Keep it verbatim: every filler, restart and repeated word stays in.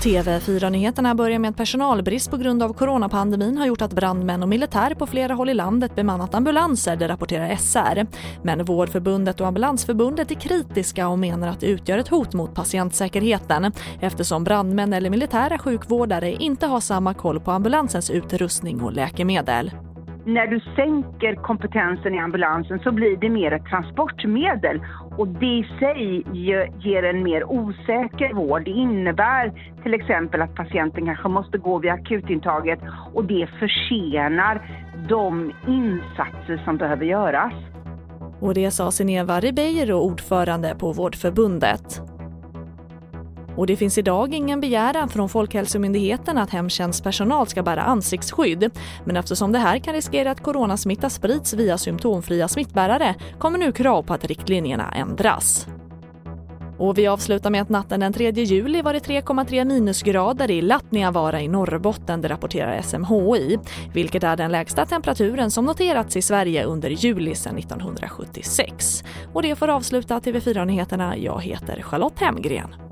T V fyra-nyheterna börjar med att personalbrist på grund av coronapandemin har gjort att brandmän och militär på flera håll i landet bemannat ambulanser, det rapporterar S R. Men Vårdförbundet och Ambulansförbundet är kritiska och menar att det utgör ett hot mot patientsäkerheten eftersom brandmän eller militära sjukvårdare inte har samma koll på ambulansens utrustning och läkemedel. När du sänker kompetensen i ambulansen så blir det mer ett transportmedel och det i sig ger en mer osäker vård. Det innebär till exempel att patienten kanske måste gå via akutintaget och det försenar de insatser som behöver göras. Och det sa Sineva Ribeiro, ordförande på Vårdförbundet. Och det finns idag ingen begäran från Folkhälsomyndigheten att hemtjänstpersonal ska bära ansiktsskydd. Men eftersom det här kan riskera att coronasmitta sprids via symptomfria smittbärare kommer nu krav på att riktlinjerna ändras. Och vi avslutar med att natten den tredje juli var det tre komma tre minusgrader i Latniavara i Norrbotten, det rapporterar S M H I, vilket är den lägsta temperaturen som noterats i Sverige under juli sedan nittonhundrasjuttiosex. Och det får avsluta T V fyra-nyheterna. Jag heter Charlotte Hemgren.